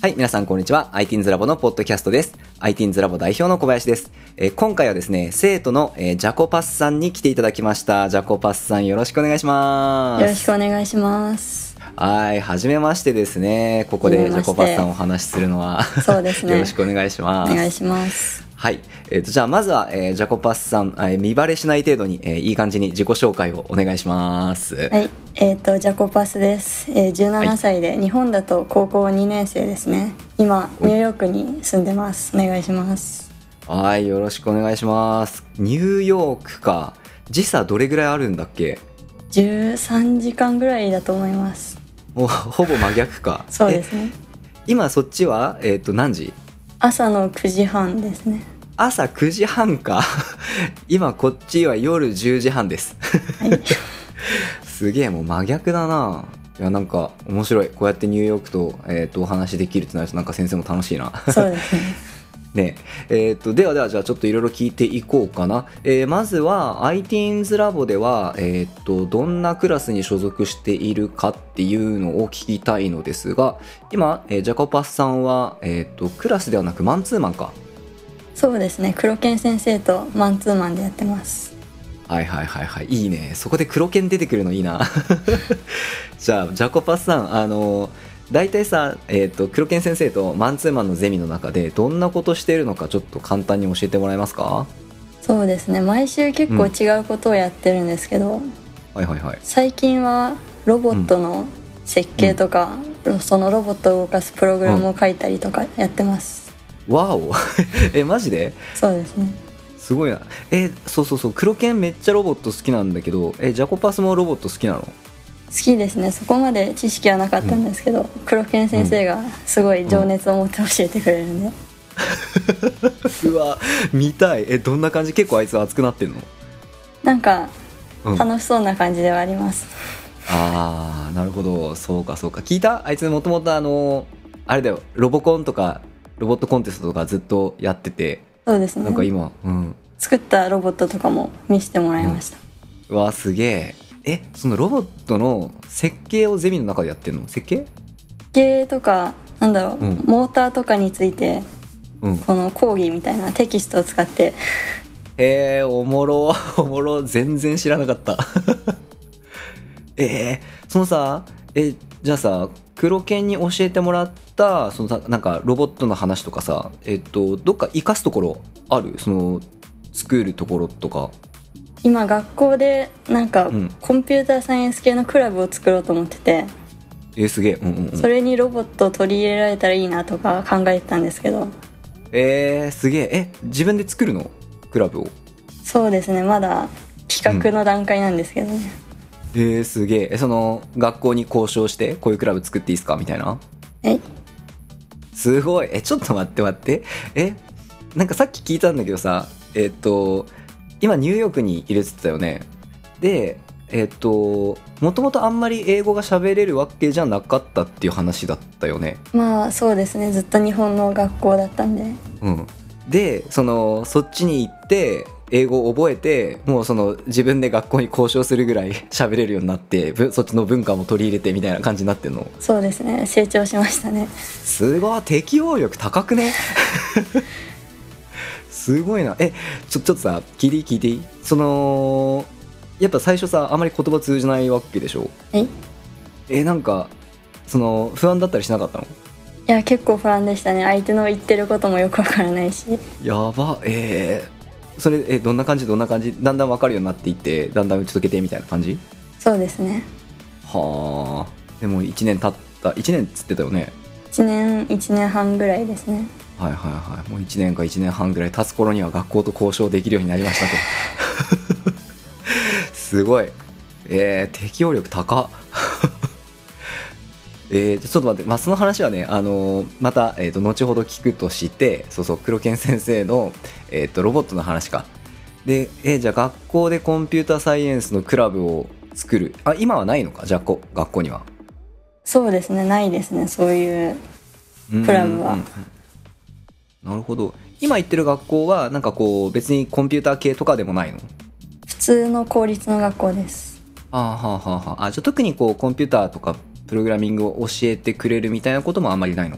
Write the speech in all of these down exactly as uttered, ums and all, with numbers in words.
はい、皆さんこんにちは。アイティーンズ ラボのポッドキャストです。アイティーンズ ラボ代表の小林です。えー、今回はですね、生徒の、えー、ジャコパスさんに来ていただきました。ジャコパスさんよろしくお願いします。 よろしくお願いします。 はい、はじめましてですね。ここでジャコパスさんをお話しするのはそうですね。 よろしくお願いします。 お願いします。 はい、えーと、じゃあまずは、えー、ジャコパスさん、えー、見バレしない程度に、えー、いい感じに自己紹介をお願いします。 はい、えーとジャコパスです。えー、じゅうななさいで、はい、日本だと高校にねん生ですね。今ニューヨークに住んでます。お願いします。 はい、よろしくお願いします。ニューヨークか。時差どれぐらいあるんだっけ？ じゅうさんじかんぐらいだと思います。 もうほぼ真逆か。 そうですね。 今そっちは、えーと、何時？ 朝のくじはんですね。 朝くじはんか今こっちは夜じゅうじはんです、はい、すげえもう真逆だな。いやなんか面白い。こうやってニューヨークと、えー、とお話できるってなるとなんか先生も楽しいなそうですねねえー、とではではじゃあちょっといろいろ聞いていこうかな、えー、まずは アイティーンズ ラボでは、えー、とどんなクラスに所属しているかっていうのを聞きたいのですが、今、えー、ジャコパスさんは、えー、とクラスではなくマンツーマンか。 そうですね、黒剣先生とマンツーマンでやってます。 はいはいはいはい、いいね。そこで黒剣出てくるのいいなじゃあジャコパスさん、あの大体さ、えー、と黒剣先生とマンツーマンのゼミの中でどんなことしているのかちょっと簡単に教えてもらえますか？ そうですね、毎週結構違うことをやってるんですけど、うん、 はいはいはい。 最近はロボットの設計とか、うん、そのロボットを動かすプログラムを書いたりとかやってます。 うん、わおえマジで？ そうですね、 すごいな。えそうそうそう、黒剣めっちゃロボット好きなんだけど、えジャコパスもロボット好きなの？ 好きですね。そこまで知識はなかったんですけど、うん、黒剣先生がすごい情熱を持って教えてくれるんで、 うん、うわ見たい。えどんな感じ？結構あいつ熱くなってんの？ なんか楽しそうな感じではあります、 うん、あーなるほど。そうかそうか。聞いた？あいつもともとあのあれだよ、ロボコンとかロボットコンテストとかずっとやってて。 そうですね、 なんか今、うん、 作ったロボットとかも見せてもらいました、 うん、うわすげえ。えそのロボットの設計をゼミの中でやってるの？設計？設計とかなんだろう、うん、モーターとかについて、うん、この講義みたいなテキストを使って。 へえおもろおもろ。全然知らなかったえー、そのさえじゃあさ黒剣に教えてもらったそのなんかロボットの話とかさ、えっとどっか活かすところある？その作るところとか。 今学校でなんか、うん、コンピューターサイエンス系のクラブを作ろうと思ってて、 えー、すげえ、うんうんうん、 それにロボットを取り入れられたらいいなとか考えてたんですけど。 えー、すげえ。え自分で作るの？クラブを？ そうですね、まだ企画の段階なんですけどね、 うん、えー、すげえ。その学校に交渉してこういうクラブ作っていいですかみたいな？ えすごい。えちょっと待って待って。えなんかさっき聞いたんだけどさ、えっと今ニューヨークにいるって言ってたよね。でえっともともとあんまり英語が喋れるわけじゃなかったっていう話だったよね。 まあそうですね、ずっと日本の学校だったんで、 うん、でそのそっちに行って英語を覚えて、もうその自分で学校に交渉するぐらい喋れるようになって、そっちの文化も取り入れてみたいな感じになってんの？ そうですね、成長しましたね。 すごい。適応力高くねすごいな。えちょちょっとさ聞いていい聞いていい？そのやっぱ最初さあまり言葉通じないわけでしょ？ ええなんかその不安だったりしなかったの？ いや結構不安でしたね。相手の言ってることもよくわからないし。 やば。えー、それえどんな感じどんな感じだんだん分かるようになっていってだんだん打ち解けてみたいな感じ？ そうですね。 はあ。でもいちねん経ったいちねんっつってたよね。 いちねんいちねんはんぐらいですね。 はいはいはい。もういちねんかいちねんはんぐらい経つ頃には学校と交渉できるようになりましたとすごい。えー、適応力高えー、ちょっと待って、まあ、その話はね、あのー、また、えー、と後ほど聞くとして、そうそう黒剣先生の、えー、とロボットの話かで、えー、じゃあ学校でコンピューターサイエンスのクラブを作る。あ今はないのか？じゃあこ学校には。 そうですね、ないですね、そういうクラブは。 なるほど。今行ってる学校はなんかこう別にコンピューター系とかでもないの？ 普通の公立の学校です。 あーはーはーはー。あじゃあ特にこうコンピューターとかプログラミングを教えてくれるみたいなこともあんまりないのかな？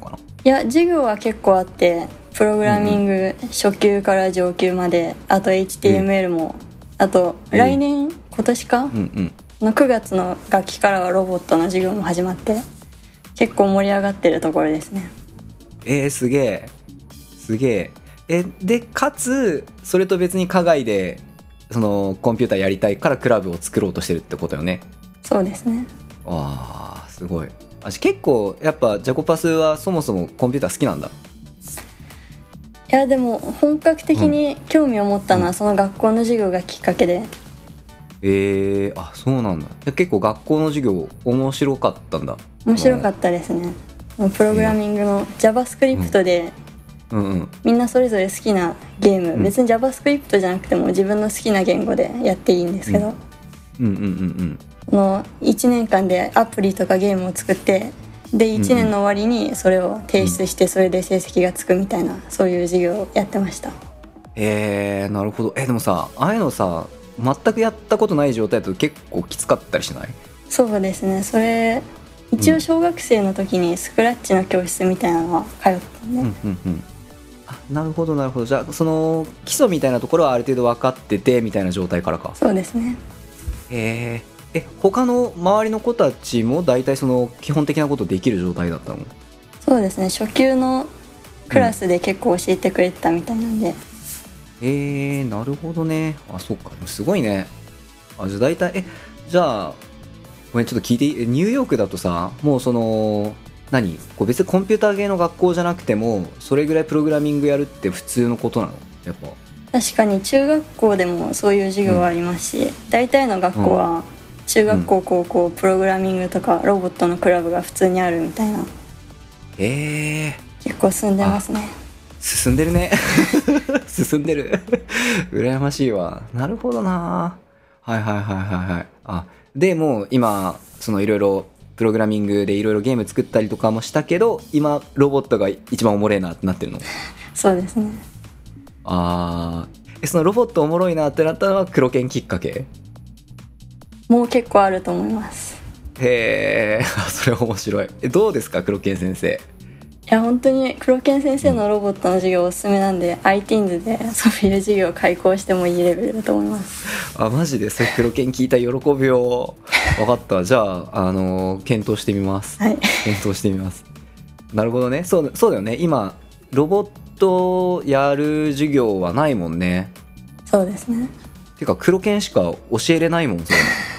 いや授業は結構あって、プログラミング初級から上級まで、あと エイチティーエムエル も、あと来年、今年か、 うんうん、 のくがつの学期からはロボットの授業も始まって、結構盛り上がってるところですね。 えー、すげえすげえ。えでかつそれと別に課外でそのコンピューターやりたいからクラブを作ろうとしてるってことよね。 そうですね。 わあすごい。私結構やっぱジャコパスはそもそもコンピューター好きなんだ。 いやでも本格的に興味を持ったのはその学校の授業がきっかけで、うん、 えー、あそうなんだ。結構学校の授業面白かったんだ。 面白かったですね。プログラミングの JavaScript で、うんうんうん、みんなそれぞれ好きなゲーム、うん、別に JavaScript じゃなくても自分の好きな言語でやっていいんですけど、 うん、うんうんうんうんこのいちねんかんでアプリとかゲームを作って、でいちねんの終わりにそれを提出して、それで成績がつくみたいな、そういう授業をやってました。 えー、なるほど。えでもさ、ああいうのさ全くやったことない状態だと結構きつかったりしない？ そうですね。それ一応小学生の時にスクラッチの教室みたいなのは通ったんで、うんうんうん、 あなるほどなるほど。じゃあその基礎みたいなところはある程度分かっててみたいな状態からか。 そうですね。 へええ他の周りの子たちも大体その基本的なことできる状態だったの？ そうですね。初級のクラスで結構教えてくれてたみたいなんで、うん、 えー、なるほどね。あそっかすごいね。あじゃあ大体えじゃあごめんちょっと聞いていい？ニューヨークだとさもうその何こう別にコンピューター系の学校じゃなくてもそれぐらいプログラミングやるって普通のことなの？やっぱ確かに中学校でもそういう授業はありますし、うん、大体の学校は中学校、うん、高校プログラミングとかロボットのクラブが普通にあるみたいな。 えー、 結構進んでますね。 進んでるね進んでる羨ましいわ。なるほどな。はいはいはいはいはい。あでもう今そのいろいろプログラミングでいろいろゲーム作ったりとかもしたけど今ロボットが一番おもれえなってなってるの？ そうですね。 あーそのロボットおもろいなってなったのは黒剣きっかけ？ もう結構あると思います。 へえそれ面白い。えどうですか黒剣先生？ いや本当に黒剣先生のロボットの授業おすすめなんで、うん、アイティーンズ でそういう授業を開講してもいいレベルだと思います。 あマジでそれ黒剣聞いた喜びを分かった。じゃあ、あのー、検討してみます、 はい、 検討してみます。なるほどね。そう、そうだよね。今ロボットやる授業はないもんね。 そうですね。 てか黒剣しか教えれないもんそれ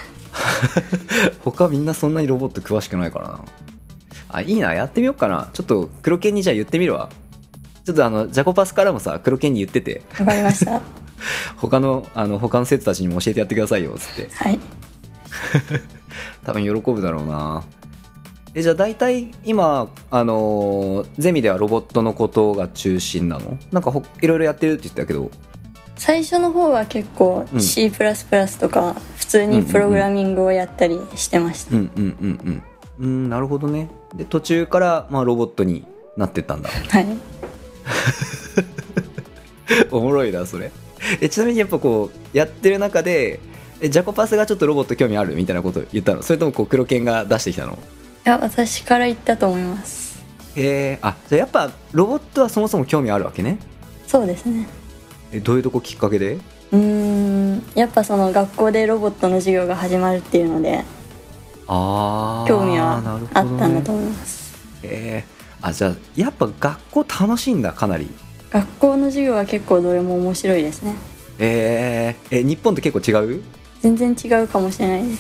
他みんなそんなにロボット詳しくないからな。あいいなやってみようかな。ちょっと黒剣にじゃあ言ってみるわ。ちょっとあのジャコパスからもさ黒剣に言ってて。 わかりました他のあの他の生徒たちにも教えてやってくださいよつって。 はい多分喜ぶだろうな。えじゃあ大体今あのー、ゼミではロボットのことが中心なの？なんかほいろいろやってるって言ってたけど。 最初の方は結構 シープラスプラス とか普通にプログラミングをやったりしてました。 うんうんうんうんうん、なるほどね。で途中からまあロボットになってったんだ。 はいおもろいなそれ。えちなみにやっぱこうやってる中でえジャコパスがちょっとロボット興味あるみたいなこと言ったの？それともこう黒剣が出してきたの？ いや私から言ったと思います。 へえ。あじゃあやっぱロボットはそもそも興味あるわけね。 そうですね。 えどういうとこきっかけで？ うーんやっぱその学校でロボットの授業が始まるっていうのであ興味はあったんだと思います。 へえ。あじゃあやっぱ学校楽しいんだかなり。 学校の授業は結構どれも面白いですね。 えー、え日本と結構違う？ 全然違うかもしれないです。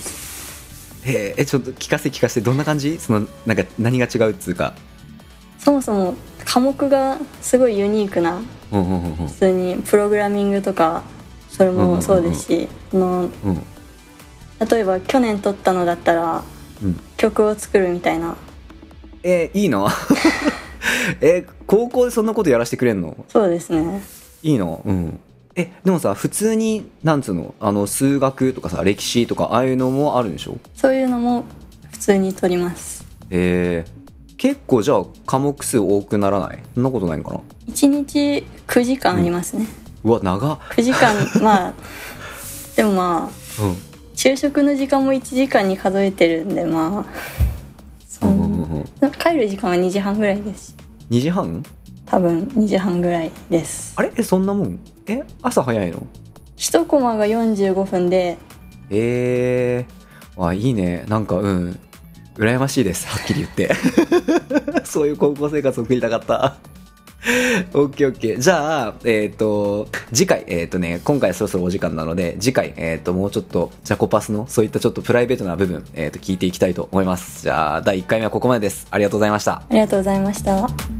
ええちょっと聞かせ聞かせて。どんな感じ？そのなんか何が違うっつうか。 そもそも科目がすごいユニークな、 うんうんうんうん、 普通にプログラミングとかそれもそうですし、うんうんうん、の例えば去年撮ったのだったら、うん、曲を作るみたいな。 えー、いいのえ高校でそんなことやらせてくれんの？ そうですね。 いいの？うんえでもさ普通になんつうのあの数学とかさ歴史とかああいうのもあるんでしょ？そういうのも普通に取ります。 えー、結構じゃあ科目数多くならない？そんなことないのかな？ いちにちくじかんありますね、 うん、うわ長っ。 くじかんまあでもまあ、うん、昼食の時間もいちじかんに数えてるんでまあそ、うんうんうん、帰る時間はにじはんぐらいです。 にじはん？ 多分にじはんぐらいです。 あれえそんなもん？え朝早いの？ 一コマがよんじゅうごふんで。 えー、あいいね。なんかうん羨ましいです、はっきり言ってそういう高校生活を送りたかったオッケーオッケー。じゃあえっ、ー、と次回えっ、ー、とね今回そろそろお時間なので、次回えっ、ー、ともうちょっとジャコパスのそういったちょっとプライベートな部分えっ、と聞いていきたいと思います。じゃあだいいっかいめはここまでです。ありがとうございました。 ありがとうございました。